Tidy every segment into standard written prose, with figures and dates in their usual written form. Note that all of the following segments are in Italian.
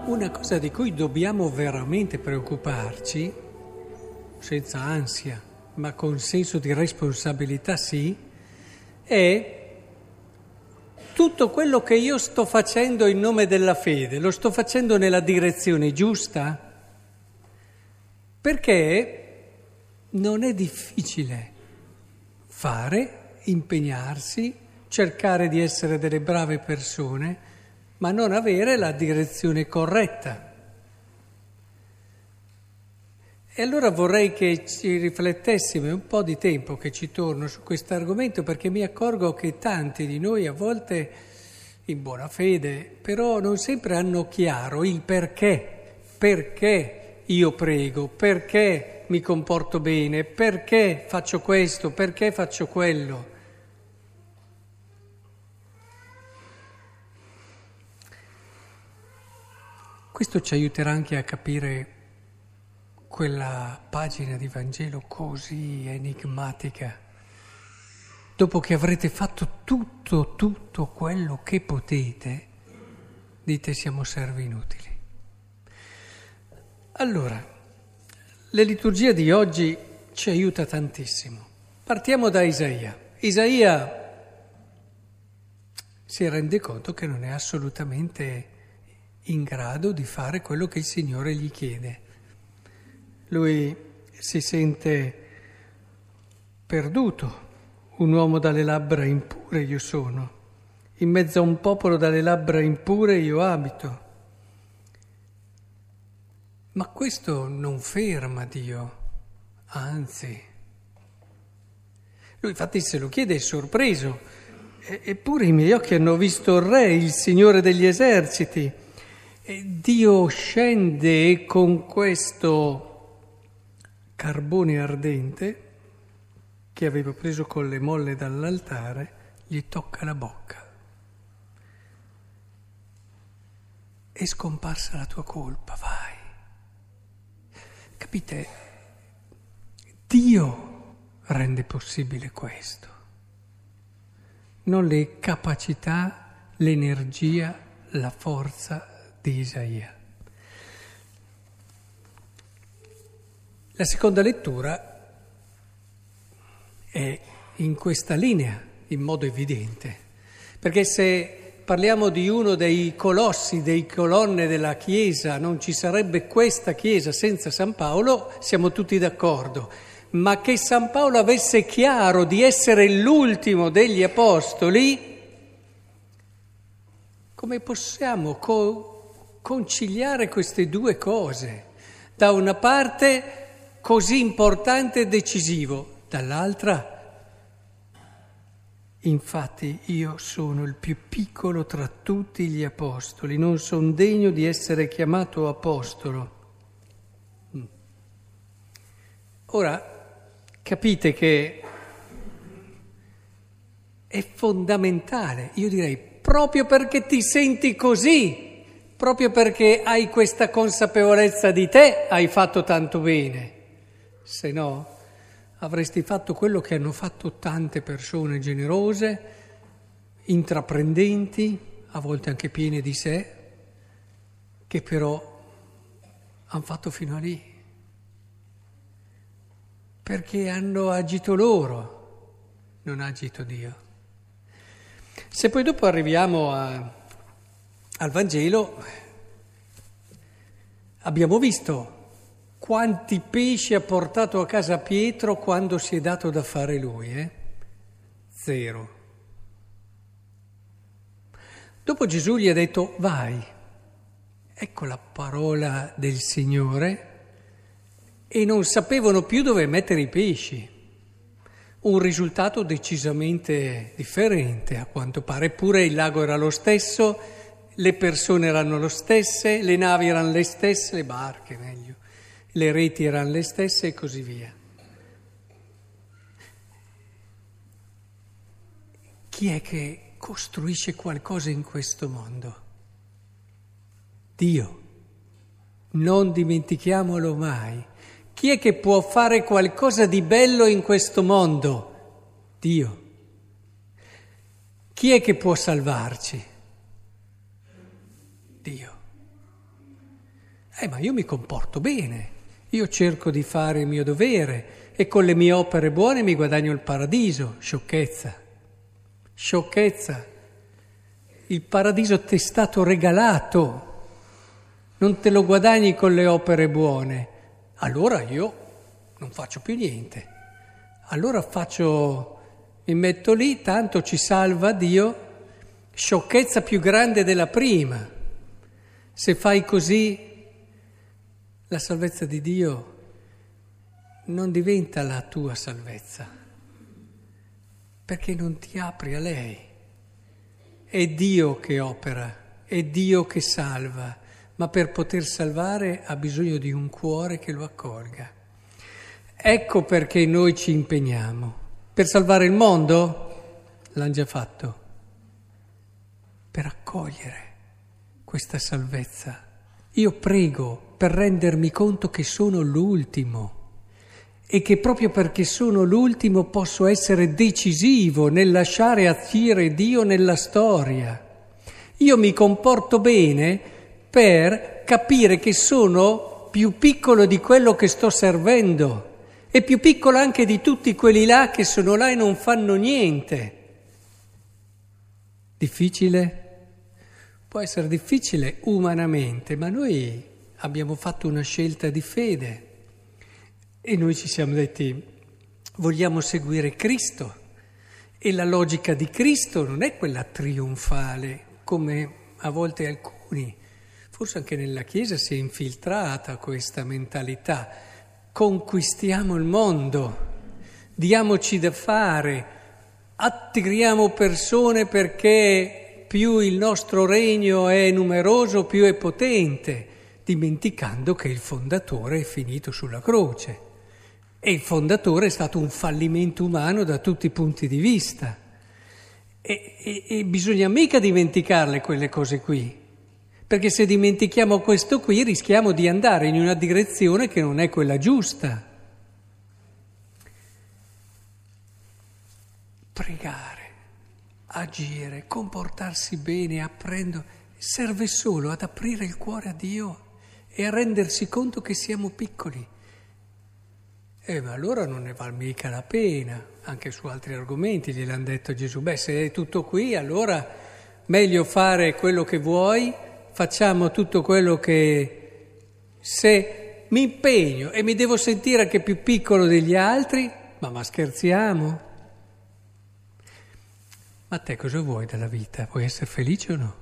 una cosa di cui dobbiamo veramente preoccuparci, senza ansia, ma con senso di responsabilità sì, è tutto quello che io sto facendo in nome della fede, lo sto facendo nella direzione giusta? Perché non è difficile fare, impegnarsi, cercare di essere delle brave persone, ma non avere la direzione corretta. E allora vorrei che ci riflettessimo, è un po' di tempo che ci torno su questo argomento, perché mi accorgo che tanti di noi a volte, in buona fede, però non sempre hanno chiaro il perché io prego, perché mi comporto bene, perché faccio questo, perché faccio quello. Questo ci aiuterà anche a capire quella pagina di Vangelo così enigmatica. Dopo che avrete fatto tutto quello che potete, dite siamo servi inutili. Allora, la liturgia di oggi ci aiuta tantissimo. Partiamo da Isaia. Isaia si rende conto che non è assolutamente in grado di fare quello che il Signore gli chiede. Lui si sente perduto, un uomo dalle labbra impure io sono, in mezzo a un popolo dalle labbra impure io abito. Ma questo non ferma Dio, anzi. Lui infatti se lo chiede è sorpreso, eppure i miei occhi hanno visto il Re, il Signore degli eserciti. E Dio scende con questo carbone ardente che aveva preso con le molle dall'altare, gli tocca la bocca. È scomparsa la tua colpa, vai. Capite? Dio rende possibile questo, non le capacità, l'energia, la forza di Isaia. La seconda lettura è in questa linea, in modo evidente, perché se parliamo di uno dei colossi, dei colonne della Chiesa, non ci sarebbe questa Chiesa senza San Paolo, siamo tutti d'accordo, ma che San Paolo avesse chiaro di essere l'ultimo degli apostoli, come possiamo conciliare queste due cose? Da una parte così importante e decisivo, dall'altra, infatti io sono il più piccolo tra tutti gli apostoli, non sono degno di essere chiamato apostolo. Ora, capite che è fondamentale, io direi, proprio perché ti senti così, proprio perché hai questa consapevolezza di te, hai fatto tanto bene. Se no, avresti fatto quello che hanno fatto tante persone generose, intraprendenti, a volte anche piene di sé, che però hanno fatto fino a lì, perché hanno agito loro, non ha agito Dio. Se poi dopo arriviamo al Vangelo, abbiamo visto quanti pesci ha portato a casa Pietro quando si è dato da fare lui, 0. Dopo Gesù gli ha detto vai, ecco la parola del Signore, e non sapevano più dove mettere i pesci. Un risultato decisamente differente a quanto pare, eppure il lago era lo stesso, le persone erano le stesse, le navi erano le stesse, le barche meglio. Le reti erano le stesse e così via. Chi è che costruisce qualcosa in questo mondo? Dio. Non dimentichiamolo mai. Chi è che può fare qualcosa di bello in questo mondo? Dio. Chi è che può salvarci? Dio. Ma io mi comporto bene, io cerco di fare il mio dovere e con le mie opere buone mi guadagno il paradiso. Sciocchezza, sciocchezza. Il paradiso ti è stato regalato, non te lo guadagni con le opere buone. Allora io non faccio più niente. Allora mi metto lì, tanto ci salva Dio. Sciocchezza più grande della prima. Se fai così, la salvezza di Dio non diventa la tua salvezza, perché non ti apri a lei. È Dio che opera, è Dio che salva, ma per poter salvare ha bisogno di un cuore che lo accolga. Ecco perché noi ci impegniamo. Per salvare il mondo? L'hanno già fatto. Per accogliere questa salvezza. Io prego per rendermi conto che sono l'ultimo e che proprio perché sono l'ultimo posso essere decisivo nel lasciare agire Dio nella storia. Io mi comporto bene per capire che sono più piccolo di quello che sto servendo e più piccolo anche di tutti quelli là che sono là e non fanno niente. Difficile? Può essere difficile umanamente, ma noi abbiamo fatto una scelta di fede e noi ci siamo detti vogliamo seguire Cristo e la logica di Cristo non è quella trionfale come a volte alcuni, forse anche nella Chiesa si è infiltrata questa mentalità, conquistiamo il mondo, diamoci da fare, attiriamo persone perché più il nostro regno è numeroso, più è potente, dimenticando che il fondatore è finito sulla croce e il fondatore è stato un fallimento umano da tutti i punti di vista e bisogna mica dimenticarle quelle cose qui, perché se dimentichiamo questo qui rischiamo di andare in una direzione che non è quella giusta. Pregare, agire, comportarsi bene, apprendo, serve solo ad aprire il cuore a Dio e a rendersi conto che siamo piccoli. Ma allora non ne vale mica la pena, anche su altri argomenti gliel'hanno detto Gesù, se è tutto qui allora meglio fare quello che vuoi, facciamo tutto quello che... Se mi impegno e mi devo sentire anche più piccolo degli altri, ma scherziamo? Ma te cosa vuoi dalla vita? Vuoi essere felice o no?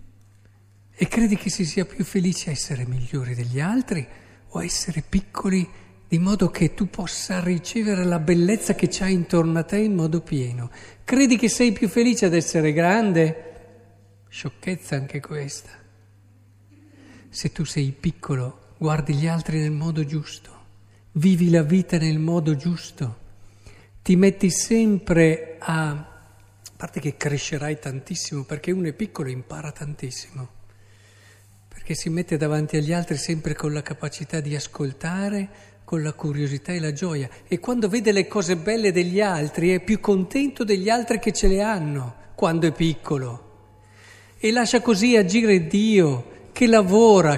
E credi che si sia più felice a essere migliori degli altri o a essere piccoli di modo che tu possa ricevere la bellezza che c'hai intorno a te in modo pieno? Credi che sei più felice ad essere grande? Sciocchezza anche questa. Se tu sei piccolo, guardi gli altri nel modo giusto, vivi la vita nel modo giusto, ti metti sempre a parte che crescerai tantissimo, perché uno è piccolo e impara tantissimo, perché si mette davanti agli altri sempre con la capacità di ascoltare, con la curiosità e la gioia, e quando vede le cose belle degli altri è più contento degli altri che ce le hanno quando è piccolo, e lascia così agire Dio che lavora,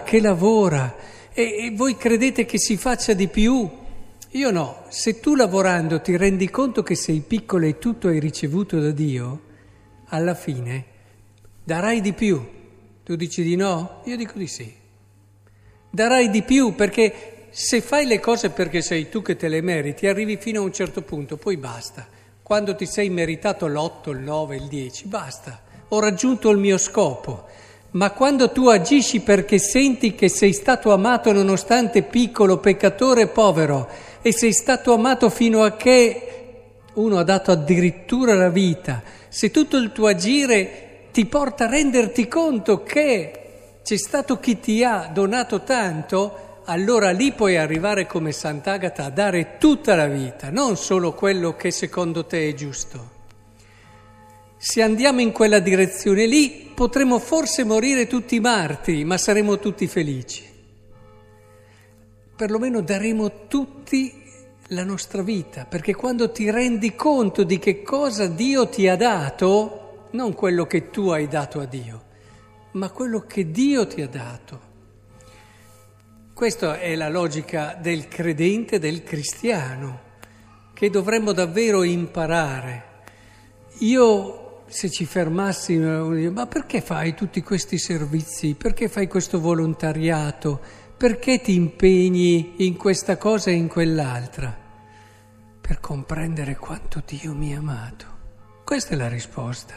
e voi credete che si faccia di più? Io no, se tu lavorando ti rendi conto che sei piccolo e tutto hai ricevuto da Dio, alla fine darai di più. Tu dici di no? Io dico di sì. Darai di più perché se fai le cose perché sei tu che te le meriti, arrivi fino a un certo punto, poi basta. Quando ti sei meritato l'8, il 9, il 10, basta. Ho raggiunto il mio scopo. Ma quando tu agisci perché senti che sei stato amato nonostante piccolo, peccatore e povero, e sei stato amato fino a che uno ha dato addirittura la vita, se tutto il tuo agire ti porta a renderti conto che c'è stato chi ti ha donato tanto, allora lì puoi arrivare come Sant'Agata a dare tutta la vita, non solo quello che secondo te è giusto. Se andiamo in quella direzione lì, potremo forse morire tutti martiri, ma saremo tutti felici. Perlomeno daremo tutti la nostra vita, perché quando ti rendi conto di che cosa Dio ti ha dato, non quello che tu hai dato a Dio, ma quello che Dio ti ha dato, Questa è la logica del credente, del cristiano, che dovremmo davvero imparare. Io, se ci fermassimo, ma perché fai tutti questi servizi? Perché fai questo volontariato? Perché ti impegni in questa cosa e in quell'altra? Per comprendere quanto Dio mi ha amato. Questa è la risposta.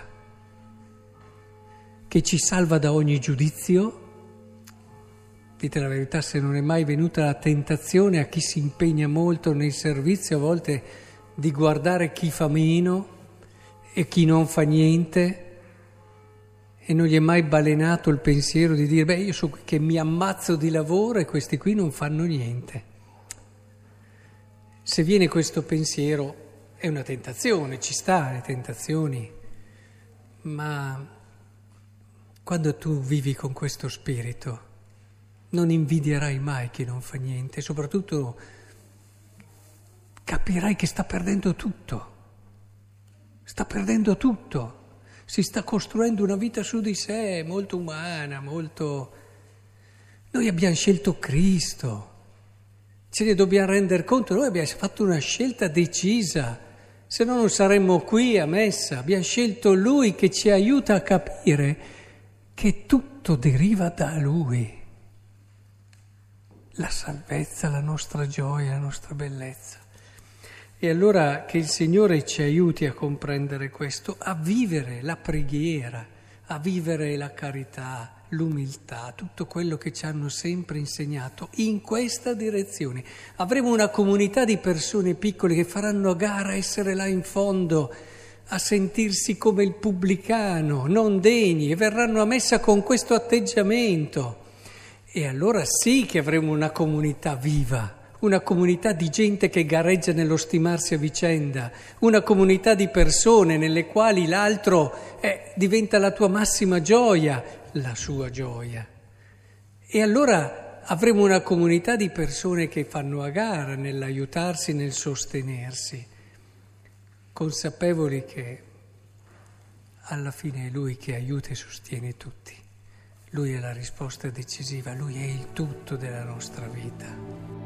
Che ci salva da ogni giudizio. Dite la verità, se non è mai venuta la tentazione a chi si impegna molto nel servizio, a volte di guardare chi fa meno e chi non fa niente, e non gli è mai balenato il pensiero di dire, io so che mi ammazzo di lavoro e questi qui non fanno niente. Se viene questo pensiero è una tentazione, ci sta le tentazioni, ma quando tu vivi con questo spirito non invidierai mai chi non fa niente, soprattutto capirai che sta perdendo tutto, si sta costruendo una vita su di sé molto umana, molto... Noi abbiamo scelto Cristo, ce ne dobbiamo rendere conto, noi abbiamo fatto una scelta decisa, se no non saremmo qui a messa, abbiamo scelto Lui che ci aiuta a capire che tutto deriva da Lui. La salvezza, la nostra gioia, la nostra bellezza. E allora che il Signore ci aiuti a comprendere questo, a vivere la preghiera, a vivere la carità, l'umiltà, tutto quello che ci hanno sempre insegnato in questa direzione. Avremo una comunità di persone piccole che faranno a gara a essere là in fondo, a sentirsi come il pubblicano, non degni, e verranno a messa con questo atteggiamento. E allora sì che avremo una comunità viva, una comunità di gente che gareggia nello stimarsi a vicenda, una comunità di persone nelle quali l'altro diventa la tua massima gioia, la sua gioia. E allora avremo una comunità di persone che fanno a gara nell'aiutarsi, nel sostenersi, consapevoli che alla fine è Lui che aiuta e sostiene tutti. Lui è la risposta decisiva, Lui è il tutto della nostra vita.